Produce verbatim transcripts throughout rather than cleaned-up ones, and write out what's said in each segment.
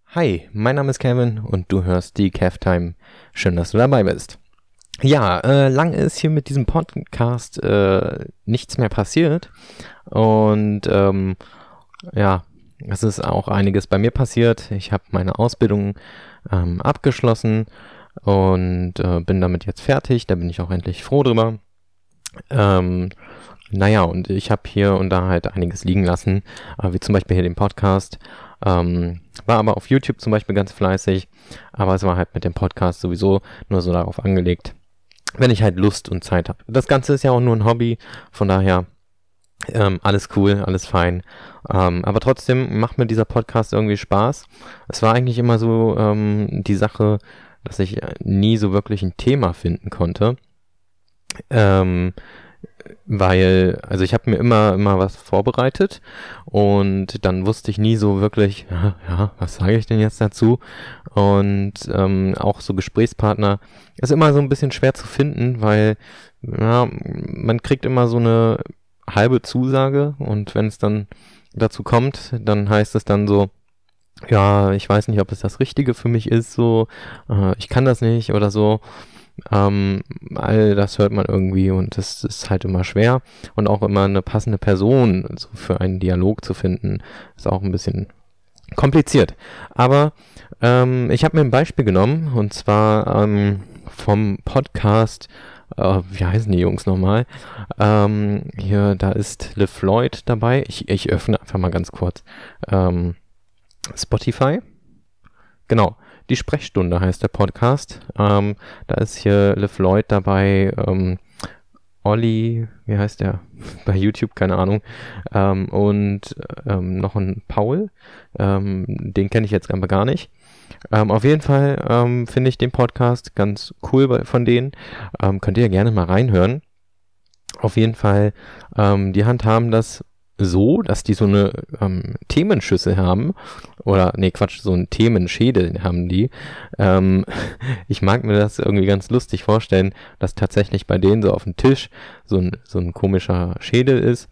Hi, mein Name ist Kevin und du hörst die Kev-Time. Schön, dass du dabei bist. Ja, äh, lang ist hier mit diesem Podcast äh, nichts mehr passiert und ähm, ja, es ist auch einiges bei mir passiert. Ich habe meine Ausbildung ähm, abgeschlossen und äh, bin damit jetzt fertig. Da bin ich auch endlich froh drüber. Ähm, naja, und ich habe hier und da halt einiges liegen lassen, äh, wie zum Beispiel hier den Podcast. Ähm, war aber auf YouTube zum Beispiel ganz fleißig, aber es war halt mit dem Podcast sowieso nur so darauf angelegt, wenn ich halt Lust und Zeit habe. Das Ganze ist ja auch nur ein Hobby, von daher ähm, alles cool, alles fein. Ähm, aber trotzdem macht mir dieser Podcast irgendwie Spaß. Es war eigentlich immer so ähm, die Sache, dass ich nie so wirklich ein Thema finden konnte. Ähm, weil, also ich habe mir immer, immer was vorbereitet und dann wusste ich nie so wirklich, ja, ja was sage ich denn jetzt dazu? Und ähm, auch so Gesprächspartner ist immer so ein bisschen schwer zu finden, weil ja, man kriegt immer so eine halbe Zusage und wenn es dann dazu kommt, dann heißt es dann so, ja, ich weiß nicht, ob es das Richtige für mich ist, so, äh, ich kann das nicht oder so. Ähm, all das hört man irgendwie und das ist halt immer schwer und auch immer eine passende Person so für einen Dialog zu finden, ist auch ein bisschen kompliziert. Aber ähm, ich habe mir ein Beispiel genommen und zwar ähm, vom Podcast, äh, wie heißen die Jungs nochmal? Ähm, hier, da ist LeFloid dabei. Ich, ich öffne einfach mal ganz kurz ähm, Spotify. Genau. Die Sprechstunde heißt der Podcast. Ähm, da ist hier LeFloid dabei, ähm, Olli, wie heißt der? Bei YouTube, keine Ahnung. Ähm, und ähm, noch ein Paul. Ähm, den kenne ich jetzt aber gar nicht. Ähm, auf jeden Fall ähm, finde ich den Podcast ganz cool bei, von denen. Ähm, könnt ihr gerne mal reinhören. Auf jeden Fall, ähm, die handhaben das so, dass die so eine ähm, Themenschüssel haben, oder, nee, Quatsch, so einen Themenschädel haben die. Ähm, ich mag mir das irgendwie ganz lustig vorstellen, dass tatsächlich bei denen so auf dem Tisch so ein, so ein komischer Schädel ist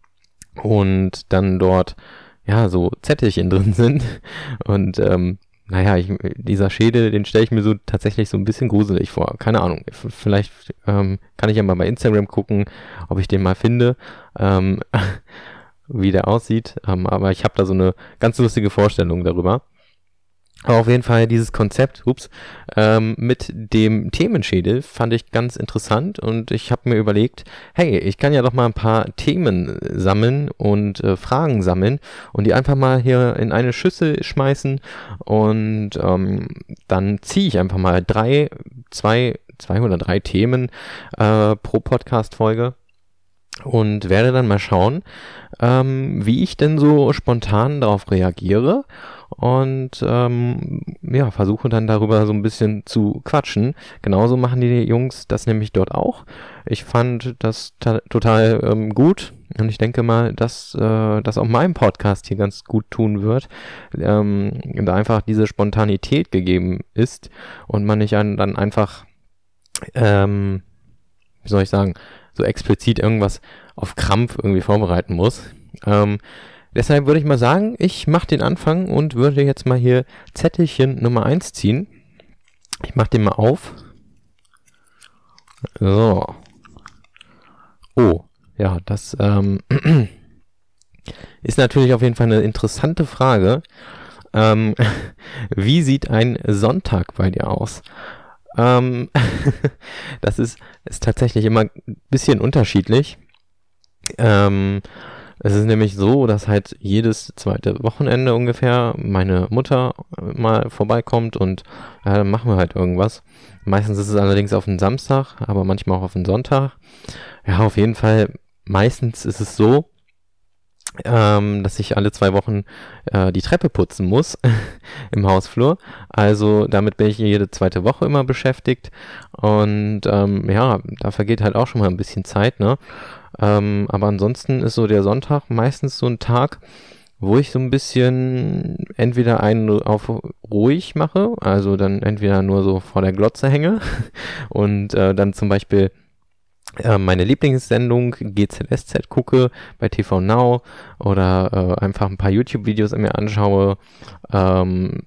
und dann dort, ja, so Zettelchen drin sind und, ähm, naja, ich, dieser Schädel, den stelle ich mir so tatsächlich so ein bisschen gruselig vor. Keine Ahnung. Vielleicht ähm, kann ich ja mal bei Instagram gucken, ob ich den mal finde, ähm, wie der aussieht. Ähm, aber ich habe da so eine ganz lustige Vorstellung darüber. Aber auf jeden Fall dieses Konzept, ups, ähm, mit dem Themenschädel fand ich ganz interessant und ich habe mir überlegt, hey, ich kann ja doch mal ein paar Themen sammeln und äh, Fragen sammeln und die einfach mal hier in eine Schüssel schmeißen und ähm, dann ziehe ich einfach mal drei, zwei, zwei oder drei Themen äh, pro Podcast-Folge und werde dann mal schauen, ähm, wie ich denn so spontan darauf reagiere. Und ähm, ja, versuche dann darüber so ein bisschen zu quatschen. Genauso machen die Jungs das nämlich dort auch. Ich fand das ta- total ähm, gut und ich denke mal, dass äh, das auch meinem Podcast hier ganz gut tun wird, ähm, da einfach diese Spontanität gegeben ist und man nicht ein, dann einfach, ähm, wie soll ich sagen, so explizit irgendwas auf Krampf irgendwie vorbereiten muss. Ähm, Deshalb würde ich mal sagen, ich mache den Anfang und würde jetzt mal hier Zettelchen Nummer eins ziehen. Ich mache den mal auf. So. Oh, ja, das ähm, ist natürlich auf jeden Fall eine interessante Frage. Ähm, wie sieht ein Sonntag bei dir aus? Ähm, das ist, ist tatsächlich immer ein bisschen unterschiedlich. Ähm, Es ist nämlich so, dass halt jedes zweite Wochenende ungefähr meine Mutter mal vorbeikommt und äh, dann machen wir halt irgendwas. Meistens ist es allerdings auf den Samstag, aber manchmal auch auf den Sonntag. Ja, auf jeden Fall, meistens ist es so, ähm, dass ich alle zwei Wochen äh, die Treppe putzen muss im Hausflur. Also damit bin ich jede zweite Woche immer beschäftigt und ähm, ja, da vergeht halt auch schon mal ein bisschen Zeit, ne? Ähm, aber ansonsten ist so der Sonntag meistens so ein Tag, wo ich so ein bisschen entweder einen auf ruhig mache, also dann entweder nur so vor der Glotze hänge und äh, dann zum Beispiel äh, meine Lieblingssendung G Z S Z gucke bei T V Now oder äh, einfach ein paar YouTube-Videos mir anschaue, ähm,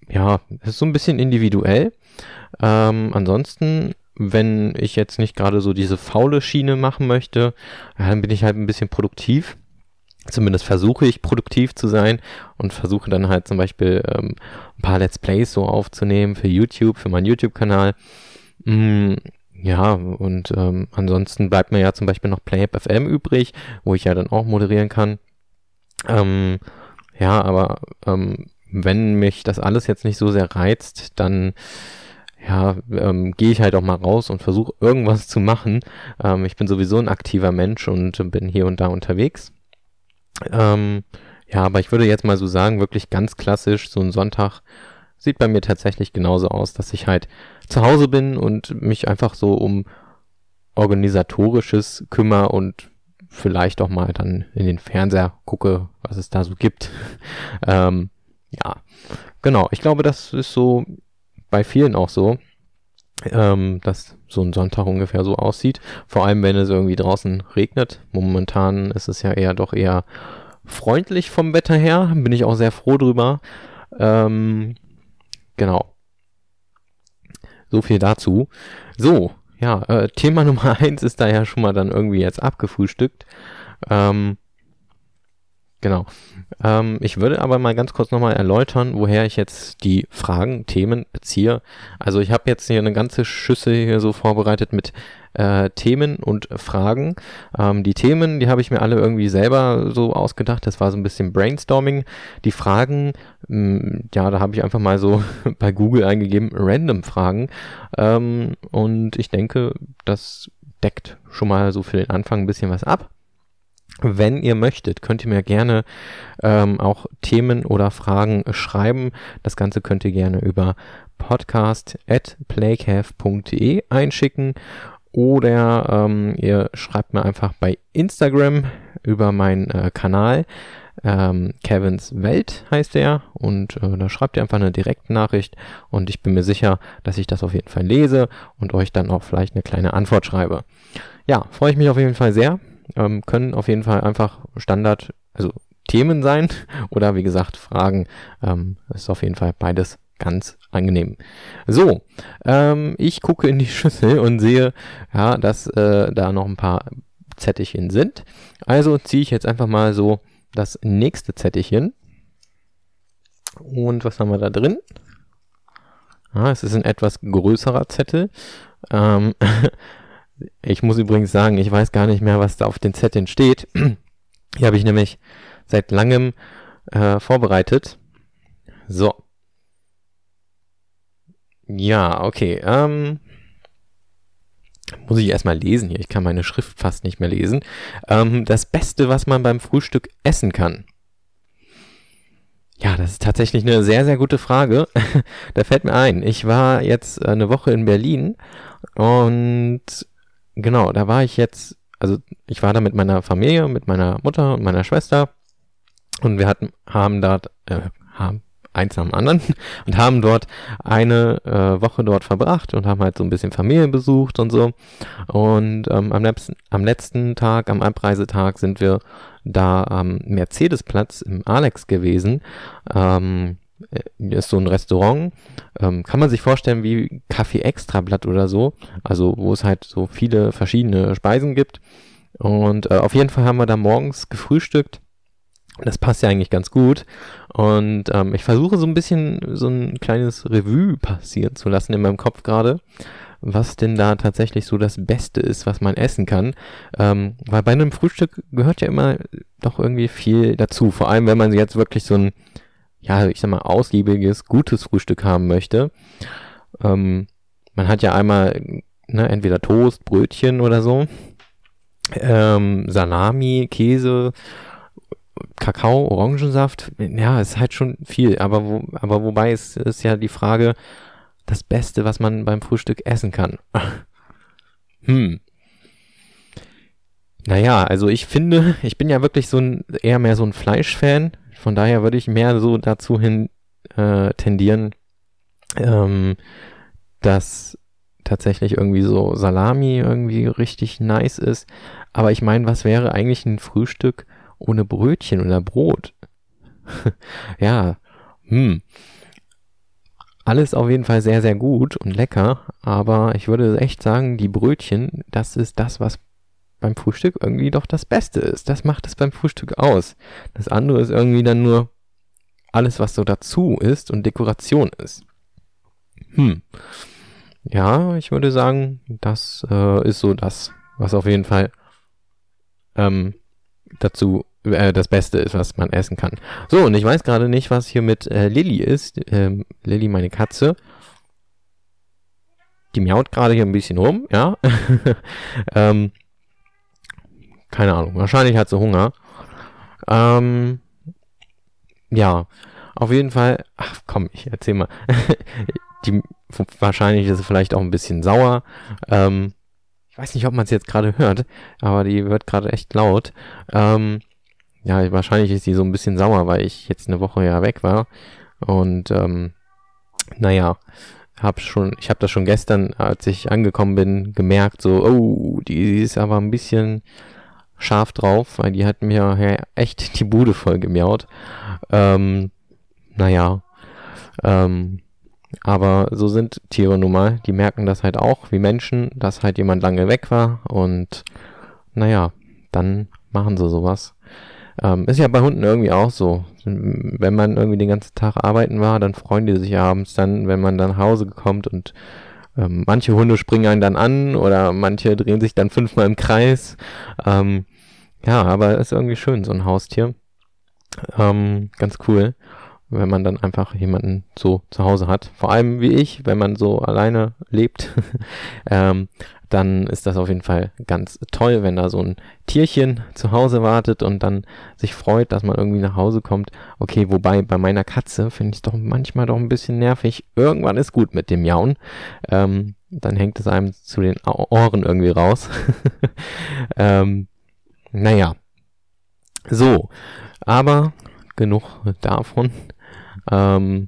ja, ist so ein bisschen individuell. Ähm, ansonsten, wenn ich jetzt nicht gerade so diese faule Schiene machen möchte, dann bin ich halt ein bisschen produktiv. Zumindest versuche ich produktiv zu sein und versuche dann halt zum Beispiel ähm, ein paar Let's Plays so aufzunehmen für YouTube, für meinen YouTube-Kanal. Mm, ja, und ähm, ansonsten bleibt mir ja zum Beispiel noch PlayApp F M übrig, wo ich ja dann auch moderieren kann. Ähm, ja, aber ähm, wenn mich das alles jetzt nicht so sehr reizt, dann ja, ähm, gehe ich halt auch mal raus und versuche irgendwas zu machen. Ähm, ich bin sowieso ein aktiver Mensch und bin hier und da unterwegs. Ähm, ja, aber ich würde jetzt mal so sagen, wirklich ganz klassisch, so ein Sonntag sieht bei mir tatsächlich genauso aus, dass ich halt zu Hause bin und mich einfach so um Organisatorisches kümmere und vielleicht auch mal dann in den Fernseher gucke, was es da so gibt. ähm, ja, genau. Ich glaube, das ist so bei vielen auch so, ähm, dass so ein Sonntag ungefähr so aussieht. Vor allem, wenn es irgendwie draußen regnet. Momentan ist es ja eher doch eher freundlich vom Wetter her. Bin ich auch sehr froh drüber. Ähm, genau. So viel dazu. So, ja, äh, Thema Nummer eins ist da ja schon mal dann irgendwie jetzt abgefrühstückt. Ähm, genau. Ähm, ich würde aber mal ganz kurz nochmal erläutern, woher ich jetzt die Fragen, Themen beziehe. Also ich habe jetzt hier eine ganze Schüssel hier so vorbereitet mit äh, Themen und Fragen. Ähm, die Themen, die habe ich mir alle irgendwie selber so ausgedacht. Das war so ein bisschen Brainstorming. Die Fragen, mh, ja, da habe ich einfach mal so bei Google eingegeben, random Fragen. Ähm, und ich denke, das deckt schon mal so für den Anfang ein bisschen was ab. Wenn ihr möchtet, könnt ihr mir gerne ähm, auch Themen oder Fragen schreiben. Das Ganze könnt ihr gerne über podcast at playcaf punkt de einschicken oder ähm, ihr schreibt mir einfach bei Instagram über meinen äh, Kanal. Ähm, Kevins Welt heißt der und äh, da schreibt ihr einfach eine Direktnachricht und ich bin mir sicher, dass ich das auf jeden Fall lese und euch dann auch vielleicht eine kleine Antwort schreibe. Ja, freue ich mich auf jeden Fall sehr. Ähm, können auf jeden Fall einfach Standard, also Themen sein oder wie gesagt Fragen. Ähm, ist auf jeden Fall beides ganz angenehm. So, ähm, ich gucke in die Schüssel und sehe, ja, dass äh, da noch ein paar Zettelchen sind. Also ziehe ich jetzt einfach mal so das nächste Zettelchen. Und was haben wir da drin? Ah, es ist ein etwas größerer Zettel. Ähm, Ich muss übrigens sagen, ich weiß gar nicht mehr, was da auf den Zetteln steht. Die habe ich nämlich seit langem äh, vorbereitet. So. Ja, okay. Ähm, muss ich erstmal lesen hier. Ich kann meine Schrift fast nicht mehr lesen. Ähm, das Beste, was man beim Frühstück essen kann. Ja, das ist tatsächlich eine sehr, sehr gute Frage. Da fällt mir ein, ich war jetzt eine Woche in Berlin und genau, da war ich jetzt, also ich war da mit meiner Familie, mit meiner Mutter und meiner Schwester und wir hatten, haben dort, äh, haben eins nach dem anderen und haben dort eine äh, Woche dort verbracht und haben halt so ein bisschen Familie besucht und so. Und ähm, am, letzten, am letzten Tag, am Abreisetag sind wir da am Mercedesplatz im Alex gewesen. Ähm, ist so ein Restaurant, ähm, kann man sich vorstellen wie Kaffee Extrablatt oder so, also wo es halt so viele verschiedene Speisen gibt und äh, auf jeden Fall haben wir da morgens gefrühstückt. Das passt ja eigentlich ganz gut und ähm, ich versuche so ein bisschen so ein kleines Revue passieren zu lassen in meinem Kopf gerade, was denn da tatsächlich so das Beste ist, was man essen kann, ähm, weil bei einem Frühstück gehört ja immer doch irgendwie viel dazu, vor allem wenn man jetzt wirklich so ein ja, ich sag mal, ausgiebiges, gutes Frühstück haben möchte. Ähm, man hat ja einmal, ne, entweder Toast, Brötchen oder so, ähm, Salami, Käse, Kakao, Orangensaft. Ja, ist halt schon viel. Aber, wo, aber wobei es ist ja die Frage, das Beste, was man beim Frühstück essen kann. hm. Naja, also ich finde, ich bin ja wirklich so ein, eher mehr so ein Fleischfan. Von daher würde ich mehr so dazu hin äh, tendieren, ähm, dass tatsächlich irgendwie so Salami irgendwie richtig nice ist. Aber ich meine, was wäre eigentlich ein Frühstück ohne Brötchen oder Brot? Ja, hm. alles auf jeden Fall sehr, sehr gut und lecker, aber ich würde echt sagen, die Brötchen, das ist das, was beim Frühstück irgendwie doch das Beste ist. Das macht es beim Frühstück aus. Das andere ist irgendwie dann nur alles, was so dazu ist und Dekoration ist. Hm. Ja, ich würde sagen, das äh, ist so das, was auf jeden Fall ähm, dazu äh, das Beste ist, was man essen kann. So, und ich weiß gerade nicht, was hier mit äh, Lilly ist. Ähm, Lilly, meine Katze. Die miaut gerade hier ein bisschen rum, ja. ähm, keine Ahnung, wahrscheinlich hat sie Hunger. Ähm, ja, auf jeden Fall, ach komm, ich erzähl mal. die, wahrscheinlich ist sie vielleicht auch ein bisschen sauer. Ähm, ich weiß nicht, ob man es jetzt gerade hört, aber die wird gerade echt laut. Ähm, ja, wahrscheinlich ist sie so ein bisschen sauer, weil ich jetzt eine Woche ja weg war. Und ähm, naja, hab schon, ich habe das schon gestern, als ich angekommen bin, gemerkt, so, oh, die ist aber ein bisschen scharf drauf, weil die hat mir ja echt die Bude voll gemiaut. Ähm, naja, ähm, aber so sind Tiere nun mal. Die merken das halt auch, wie Menschen, dass halt jemand lange weg war und naja, dann machen sie sowas. Ähm, ist ja bei Hunden irgendwie auch so. Wenn man irgendwie den ganzen Tag arbeiten war, dann freuen die sich abends dann, wenn man dann nach Hause kommt und ähm, manche Hunde springen einen dann an oder manche drehen sich dann fünfmal im Kreis. Ähm, ja, aber ist irgendwie schön, so ein Haustier. Ähm, ganz cool, wenn man dann einfach jemanden so zu Hause hat. Vor allem wie ich, wenn man so alleine lebt, ähm, dann ist das auf jeden Fall ganz toll, wenn da so ein Tierchen zu Hause wartet und dann sich freut, dass man irgendwie nach Hause kommt. Okay, wobei bei meiner Katze finde ich es doch manchmal doch ein bisschen nervig. Irgendwann ist gut mit dem Miauen. Ähm, dann hängt es einem zu den Ohren irgendwie raus. ähm, naja. So, aber genug davon. Ähm,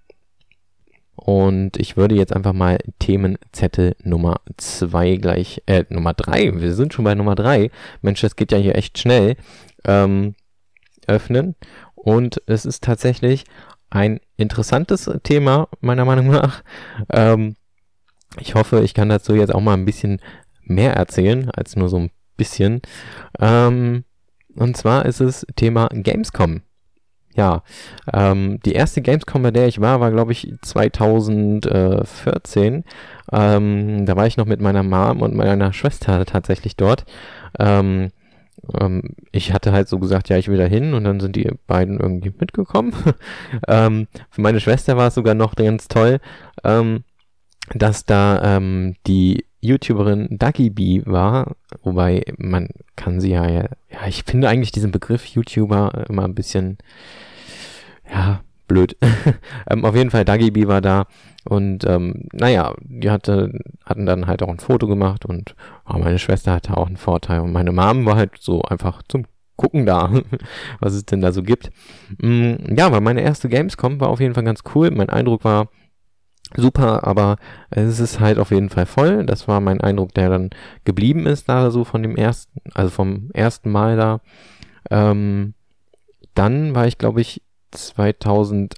und ich würde jetzt einfach mal Themenzettel Nummer zwei gleich, äh, Nummer drei, wir sind schon bei Nummer drei. Mensch, das geht ja hier echt schnell, ähm, öffnen. Und es ist tatsächlich ein interessantes Thema, meiner Meinung nach. Ähm, ich hoffe, ich kann dazu jetzt auch mal ein bisschen mehr erzählen, als nur so ein bisschen. Ähm, und zwar ist es Thema Gamescom. Ja, ähm, die erste Gamescom, bei der ich war, war glaube ich zweitausendvierzehn. Ähm, da war ich noch mit meiner Mom und meiner Schwester tatsächlich dort. Ähm, ähm, ich hatte halt so gesagt, ja, ich will da hin, und dann sind die beiden irgendwie mitgekommen. ähm, für meine Schwester war es sogar noch ganz toll, ähm, dass da ähm, die YouTuberin DuckyBee war, wobei man kann sie ja, ja, ja, ich finde eigentlich diesen Begriff YouTuber immer ein bisschen, ja, blöd. ähm, auf jeden Fall, DuckyBee war da und, ähm, naja, die hatte, hatten dann halt auch ein Foto gemacht und oh, meine Schwester hatte auch einen Vorteil und meine Mom war halt so einfach zum Gucken da, was es denn da so gibt. Mm, ja, aber meine erste Gamescom war auf jeden Fall ganz cool. Mein Eindruck war super, aber es ist halt auf jeden Fall voll. Das war mein Eindruck, der dann geblieben ist, da so von dem ersten, also vom ersten Mal da. Ähm, dann war ich, glaube ich, zweitausendachtzehn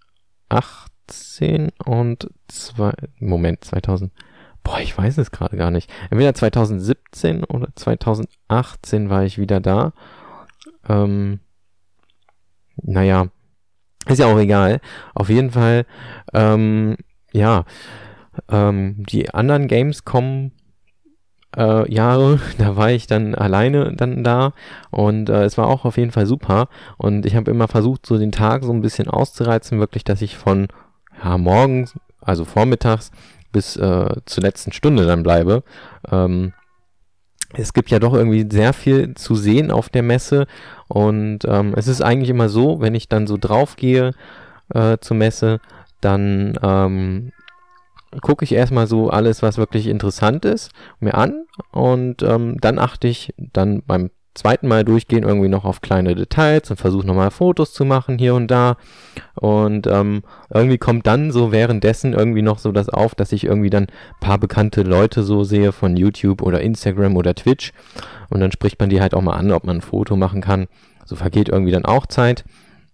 und zwei, Moment, zweitausend, boah, ich weiß es gerade gar nicht. Entweder zweitausendsiebzehn oder zweitausendachtzehn war ich wieder da. Ähm, naja, ist ja auch egal. Auf jeden Fall, ähm, ja, ähm, die anderen Gamescom äh, Jahre, da war ich dann alleine dann da und äh, es war auch auf jeden Fall super und ich habe immer versucht, so den Tag so ein bisschen auszureizen, wirklich, dass ich von ja, morgens, also vormittags bis äh, zur letzten Stunde dann bleibe. Ähm, es gibt ja doch irgendwie sehr viel zu sehen auf der Messe und ähm, es ist eigentlich immer so, wenn ich dann so drauf gehe äh, zur Messe, dann ähm, gucke ich erstmal so alles, was wirklich interessant ist, mir an und ähm, dann achte ich dann beim zweiten Mal durchgehen irgendwie noch auf kleine Details und versuche nochmal Fotos zu machen hier und da und ähm, irgendwie kommt dann so währenddessen irgendwie noch so das auf, dass ich irgendwie dann ein paar bekannte Leute so sehe von YouTube oder Instagram oder Twitch und dann spricht man die halt auch mal an, ob man ein Foto machen kann. So vergeht irgendwie dann auch Zeit.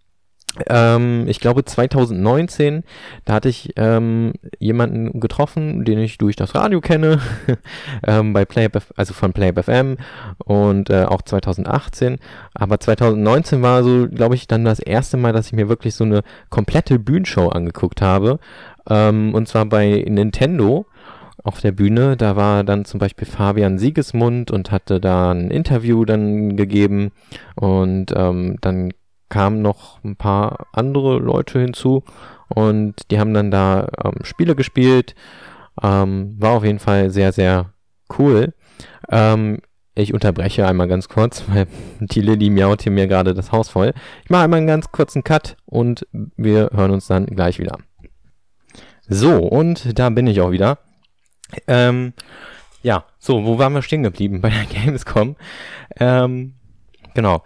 Ähm, ich glaube zwanzig neunzehn, da hatte ich ähm, jemanden getroffen, den ich durch das Radio kenne, ähm, bei Play, also von Play F M und äh, auch zwanzig achtzehn. Aber zwanzig neunzehn war so, glaube ich, dann das erste Mal, dass ich mir wirklich so eine komplette Bühnenshow angeguckt habe. Ähm, und zwar bei Nintendo auf der Bühne. Da war dann zum Beispiel Fabian Siegesmund und hatte da ein Interview dann gegeben. Und ähm, dann kamen noch ein paar andere Leute hinzu und die haben dann da ähm, Spiele gespielt. Ähm, war auf jeden Fall sehr, sehr cool. Ähm, ich unterbreche einmal ganz kurz, weil die Lilly miaut hier mir gerade das Haus voll. Ich mache einmal einen ganz kurzen Cut und wir hören uns dann gleich wieder. So, und da bin ich auch wieder. Ähm, ja, so, wo waren wir stehen geblieben? Bei der Gamescom. Ähm, genau.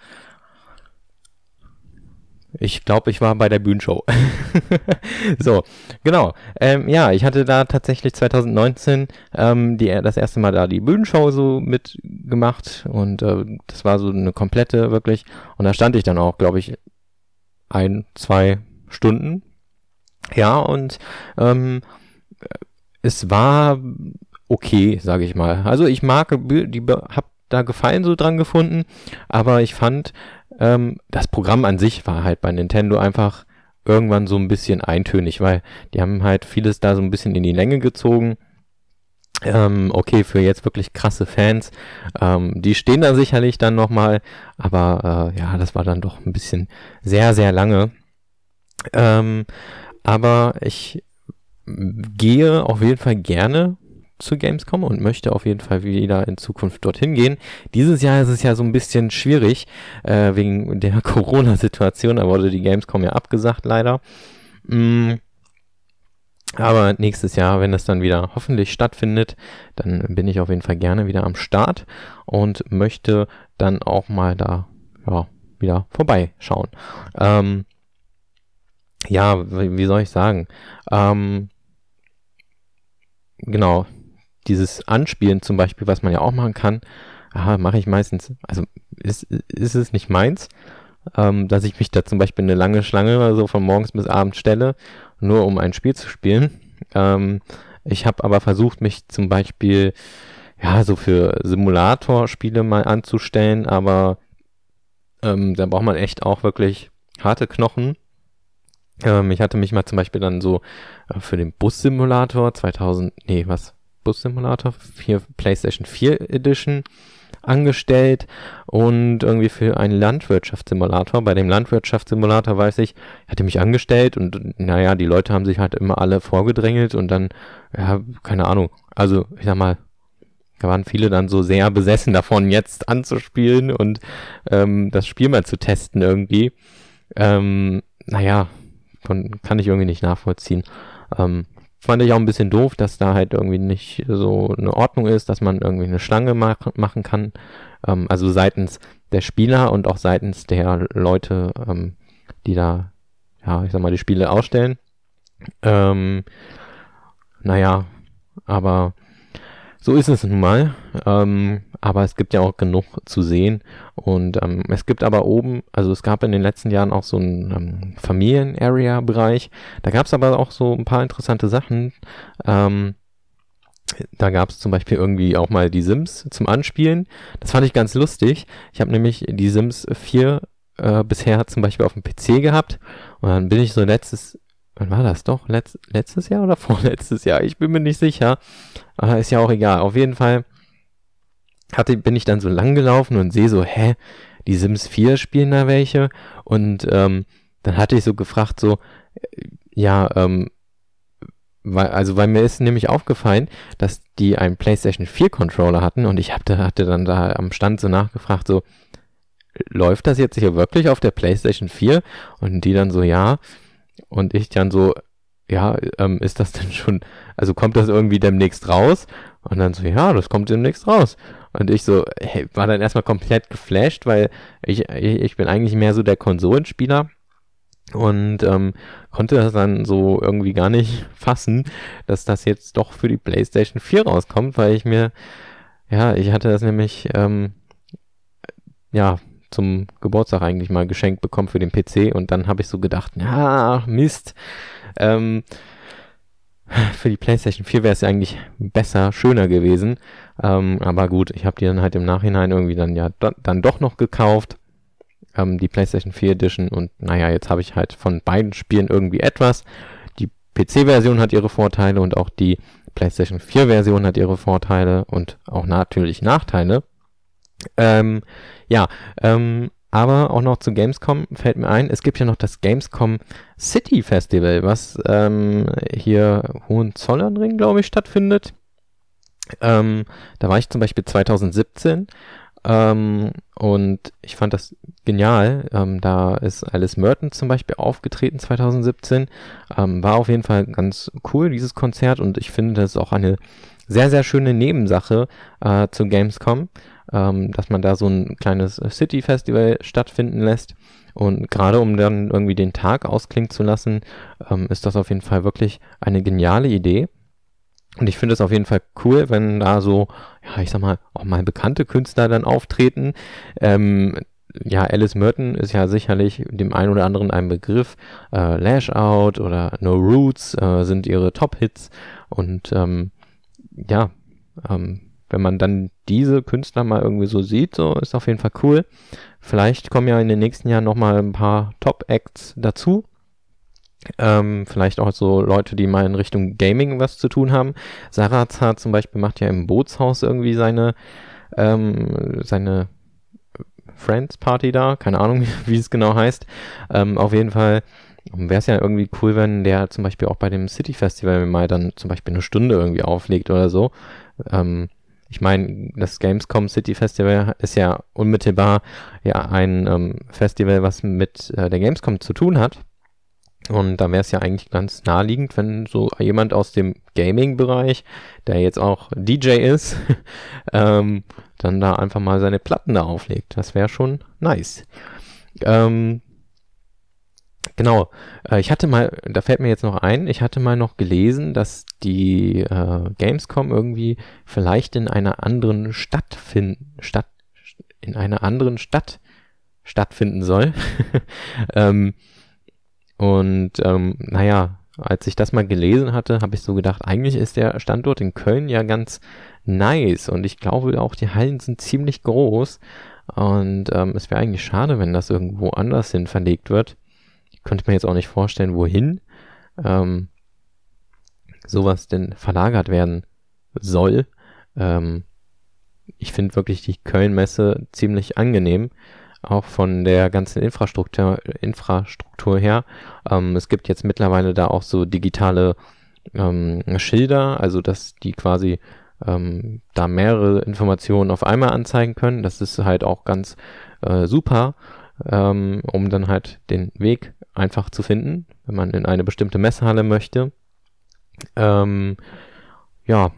Ich glaube, ich war bei der Bühnenshow. So, genau. Ähm, ja, ich hatte da tatsächlich zwanzig neunzehn ähm, die, das erste Mal da die Bühnenshow so mitgemacht und äh, das war so eine komplette wirklich. Und da stand ich dann auch, glaube ich, ein, zwei Stunden. Ja, und ähm, es war okay, sage ich mal. Also ich mag, die hab da Gefallen so dran gefunden, aber ich fand, ähm, das Programm an sich war halt bei Nintendo einfach irgendwann so ein bisschen eintönig, weil die haben halt vieles da so ein bisschen in die Länge gezogen. Ähm, okay, für jetzt wirklich krasse Fans, ähm, die stehen da sicherlich dann nochmal, aber äh, ja, das war dann doch ein bisschen sehr, sehr lange. Ähm, aber ich gehe auf jeden Fall gerne zu Gamescom und möchte auf jeden Fall wieder in Zukunft dorthin gehen. Dieses Jahr ist es ja so ein bisschen schwierig, äh, wegen der Corona-Situation, da wurde die Gamescom ja abgesagt leider. Mm, aber nächstes Jahr, wenn es dann wieder hoffentlich stattfindet, dann bin ich auf jeden Fall gerne wieder am Start und möchte dann auch mal da ja, wieder vorbeischauen. Ähm, ja, wie, wie soll ich sagen? Ähm, genau, dieses Anspielen zum Beispiel, was man ja auch machen kann, aha, mache ich meistens, also ist, ist es nicht meins, ähm, dass ich mich da zum Beispiel eine lange Schlange oder so von morgens bis abends stelle, nur um ein Spiel zu spielen. Ähm, ich habe aber versucht, mich zum Beispiel ja so für Simulatorspiele mal anzustellen, aber ähm, da braucht man echt auch wirklich harte Knochen. Ähm, ich hatte mich mal zum Beispiel dann so äh, für den Bus-Simulator zweitausend, nee, was? Bus-Simulator, vier, PlayStation vier Edition angestellt und irgendwie für einen Landwirtschaftssimulator. Bei dem Landwirtschaftssimulator weiß ich, hatte mich angestellt und naja, die Leute haben sich halt immer alle vorgedrängelt und dann, ja, keine Ahnung, also ich sag mal, da waren viele dann so sehr besessen davon, jetzt anzuspielen und ähm, das Spiel mal zu testen irgendwie. Ähm, naja, von, kann ich irgendwie nicht nachvollziehen. Ähm, Fand ich auch ein bisschen doof, dass da halt irgendwie nicht so eine Ordnung ist, dass man irgendwie eine Schlange mach, machen kann. Ähm, also seitens der Spieler und auch seitens der Leute, ähm, die da, ja, ich sag mal, die Spiele ausstellen. Ähm, naja, aber so ist es nun mal. Ähm, aber es gibt ja auch genug zu sehen. Und ähm, es gibt aber oben, also es gab in den letzten Jahren auch so einen ähm, Familien-Area-Bereich. Da gab es aber auch so ein paar interessante Sachen. Ähm, da gab es zum Beispiel irgendwie auch mal die Sims zum Anspielen. Das fand ich ganz lustig. Ich habe nämlich die Sims vier äh, bisher zum Beispiel auf dem P C gehabt. Und dann bin ich so letztes Wann war das doch? Letz, letztes Jahr oder vorletztes Jahr? Ich bin mir nicht sicher. Aber ist ja auch egal. Auf jeden Fall hatte, bin ich dann so lang gelaufen und sehe so, hä, die Sims vier spielen da welche? Und ähm, dann hatte ich so gefragt, so, äh, ja, ähm, weil, also weil mir ist nämlich aufgefallen, dass die einen PlayStation vier Controller hatten und ich hab, da, hatte dann da am Stand so nachgefragt, so, läuft das jetzt hier wirklich auf der PlayStation vier? Und die dann so, ja. Und ich dann so, ja, ähm, ist das denn schon, also kommt das irgendwie demnächst raus? Und dann so, ja, das kommt demnächst raus. Und ich so, hey, war dann erstmal komplett geflasht, weil ich, ich, ich bin eigentlich mehr so der Konsolenspieler und ähm, konnte das dann so irgendwie gar nicht fassen, dass das jetzt doch für die PlayStation vier rauskommt, weil ich mir, ja, ich hatte das nämlich, ähm, ja, zum Geburtstag eigentlich mal geschenkt bekommen für den P C und dann habe ich so gedacht, ja, Mist, ähm, für die PlayStation vier wäre es ja eigentlich besser, schöner gewesen, ähm, aber gut, ich habe die dann halt im Nachhinein irgendwie dann ja do- dann doch noch gekauft, ähm, die PlayStation vier Edition und naja, jetzt habe ich halt von beiden Spielen irgendwie etwas. Die P C-Version hat ihre Vorteile und auch die PlayStation vier Version hat ihre Vorteile und auch natürlich Nachteile. Ähm, ja, ähm, aber auch noch zu Gamescom fällt mir ein, es gibt ja noch das Gamescom City Festival, was ähm, hier Hohenzollernring, glaube ich, stattfindet. Ähm, da war ich zum Beispiel zwanzig siebzehn ähm, und ich fand das genial. Ähm, da ist Alice Merton zum Beispiel aufgetreten zwanzig siebzehn. Ähm, war auf jeden Fall ganz cool, dieses Konzert, und ich finde, das ist auch eine sehr, sehr schöne Nebensache äh, zu Gamescom, ähm, dass man da so ein kleines City-Festival stattfinden lässt. Und gerade um dann irgendwie den Tag ausklingen zu lassen, ähm, ist das auf jeden Fall wirklich eine geniale Idee. Und ich finde es auf jeden Fall cool, wenn da so, ja, ich sag mal, auch mal bekannte Künstler dann auftreten. Ähm, ja, Alice Merton ist ja sicherlich dem einen oder anderen ein Begriff. Äh, Lash Out oder No Roots äh, sind ihre Top-Hits. Und ähm, ja, ähm, wenn man dann diese Künstler mal irgendwie so sieht, so ist auf jeden Fall cool. Vielleicht kommen ja in den nächsten Jahren nochmal ein paar Top-Acts dazu. Ähm, vielleicht auch so Leute, die mal in Richtung Gaming was zu tun haben. Sarazar zum Beispiel macht ja im Bootshaus irgendwie seine ähm, seine Friends Party da, keine Ahnung, wie es genau heißt. Ähm, auf jeden Fall wäre es ja irgendwie cool, wenn der zum Beispiel auch bei dem City Festival mal dann zum Beispiel eine Stunde irgendwie auflegt oder so. Ähm, ich meine, das Gamescom City Festival ist ja unmittelbar ja ein ähm, Festival, was mit äh, der Gamescom zu tun hat. Und da wäre es ja eigentlich ganz naheliegend, wenn so jemand aus dem Gaming-Bereich, der jetzt auch D J ist, ähm, dann da einfach mal seine Platten da auflegt. Das wäre schon nice. Ähm, genau. Äh, ich hatte mal, da fällt mir jetzt noch ein, ich hatte mal noch gelesen, dass die äh, Gamescom irgendwie vielleicht in einer anderen Stadt finden, Stadt, in einer anderen Stadt stattfinden soll. ähm, Und ähm, naja, als ich das mal gelesen hatte, habe ich so gedacht, eigentlich ist der Standort in Köln ja ganz nice. Und ich glaube auch, die Hallen sind ziemlich groß. Und ähm, es wäre eigentlich schade, wenn das irgendwo anders hin verlegt wird. Ich könnte mir jetzt auch nicht vorstellen, wohin ähm, sowas denn verlagert werden soll. Ähm, ich finde wirklich die Köln-Messe ziemlich angenehm. Auch von der ganzen Infrastruktur, Infrastruktur her. Ähm, es gibt jetzt mittlerweile da auch so digitale ähm, Schilder, also dass die quasi ähm, da mehrere Informationen auf einmal anzeigen können. Das ist halt auch ganz äh, super, ähm, um dann halt den Weg einfach zu finden, wenn man in eine bestimmte Messehalle möchte. Ähm, ja,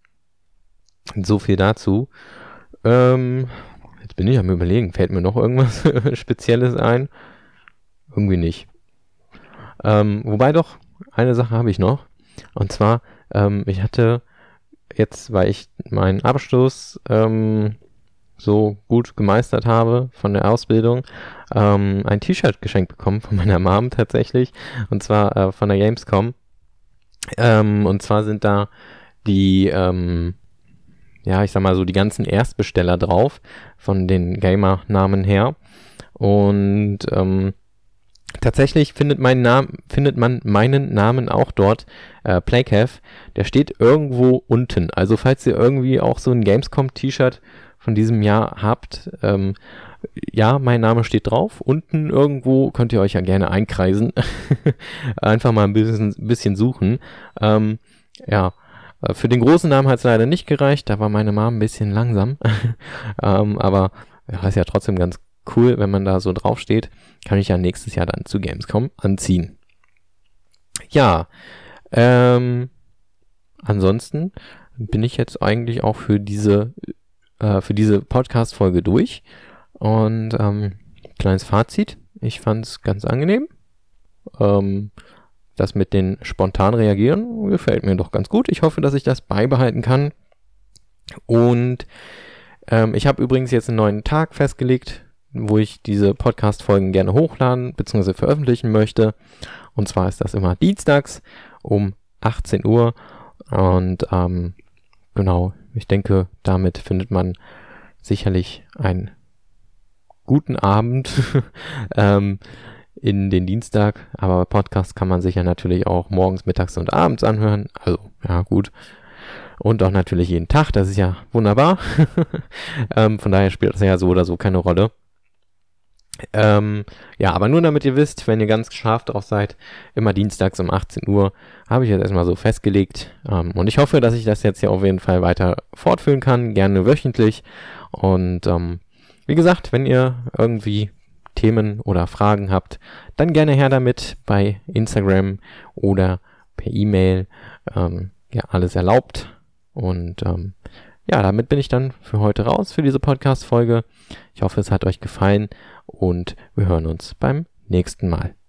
so viel dazu. Ähm, Jetzt bin ich am Überlegen, fällt mir noch irgendwas Spezielles ein? Irgendwie nicht. Ähm, wobei doch, eine Sache habe ich noch. Und zwar, ähm, ich hatte jetzt, weil ich meinen Abschluss ähm, so gut gemeistert habe von der Ausbildung, ähm, ein T-Shirt geschenkt bekommen von meiner Mom tatsächlich. Und zwar äh, von der Gamescom. Ähm, und zwar sind da die... Ähm, ja, ich sag mal so die ganzen Erstbesteller drauf, von den Gamer-Namen her. Und ähm, tatsächlich findet, mein Nam- findet man meinen Namen auch dort, äh, Playcav. Der steht irgendwo unten. Also falls ihr irgendwie auch so ein Gamescom-T-Shirt von diesem Jahr habt, ähm, ja, mein Name steht drauf. Unten irgendwo könnt ihr euch ja gerne einkreisen. Einfach mal ein bisschen, bisschen suchen. Ähm, ja. Für den großen Namen hat es leider nicht gereicht, da war meine Mom ein bisschen langsam. ähm, aber ja, ist ja trotzdem ganz cool, wenn man da so drauf steht. Kann ich ja nächstes Jahr dann zu Gamescom anziehen. Ja, ähm, ansonsten bin ich jetzt eigentlich auch für diese, äh, für diese Podcast-Folge durch. Und ähm, kleines Fazit, ich fand es ganz angenehm. Ähm, Das mit den spontan reagieren gefällt mir doch ganz gut. Ich hoffe, dass ich das beibehalten kann. Und ähm, ich habe übrigens jetzt einen neuen Tag festgelegt, wo ich diese Podcast-Folgen gerne hochladen bzw. veröffentlichen möchte. Und zwar ist das immer dienstags um achtzehn Uhr. Und ähm, genau, ich denke, damit findet man sicherlich einen guten Abend ähm, in den Dienstag. Aber Podcast kann man sich ja natürlich auch morgens, mittags und abends anhören. Also, ja gut. Und auch natürlich jeden Tag, das ist ja wunderbar. ähm, von daher spielt das ja so oder so keine Rolle. Ähm, ja, aber nur damit ihr wisst, wenn ihr ganz scharf drauf seid, immer dienstags um achtzehn Uhr, habe ich jetzt erstmal so festgelegt. Ähm, und ich hoffe, dass ich das jetzt hier auf jeden Fall weiter fortführen kann, gerne wöchentlich. Und ähm, wie gesagt, wenn ihr irgendwie Themen oder Fragen habt, dann gerne her damit bei Instagram oder per E-Mail. Ähm, ja, alles erlaubt. Und ähm, ja, damit bin ich dann für heute raus, für diese Podcast-Folge. Ich hoffe, es hat euch gefallen und wir hören uns beim nächsten Mal.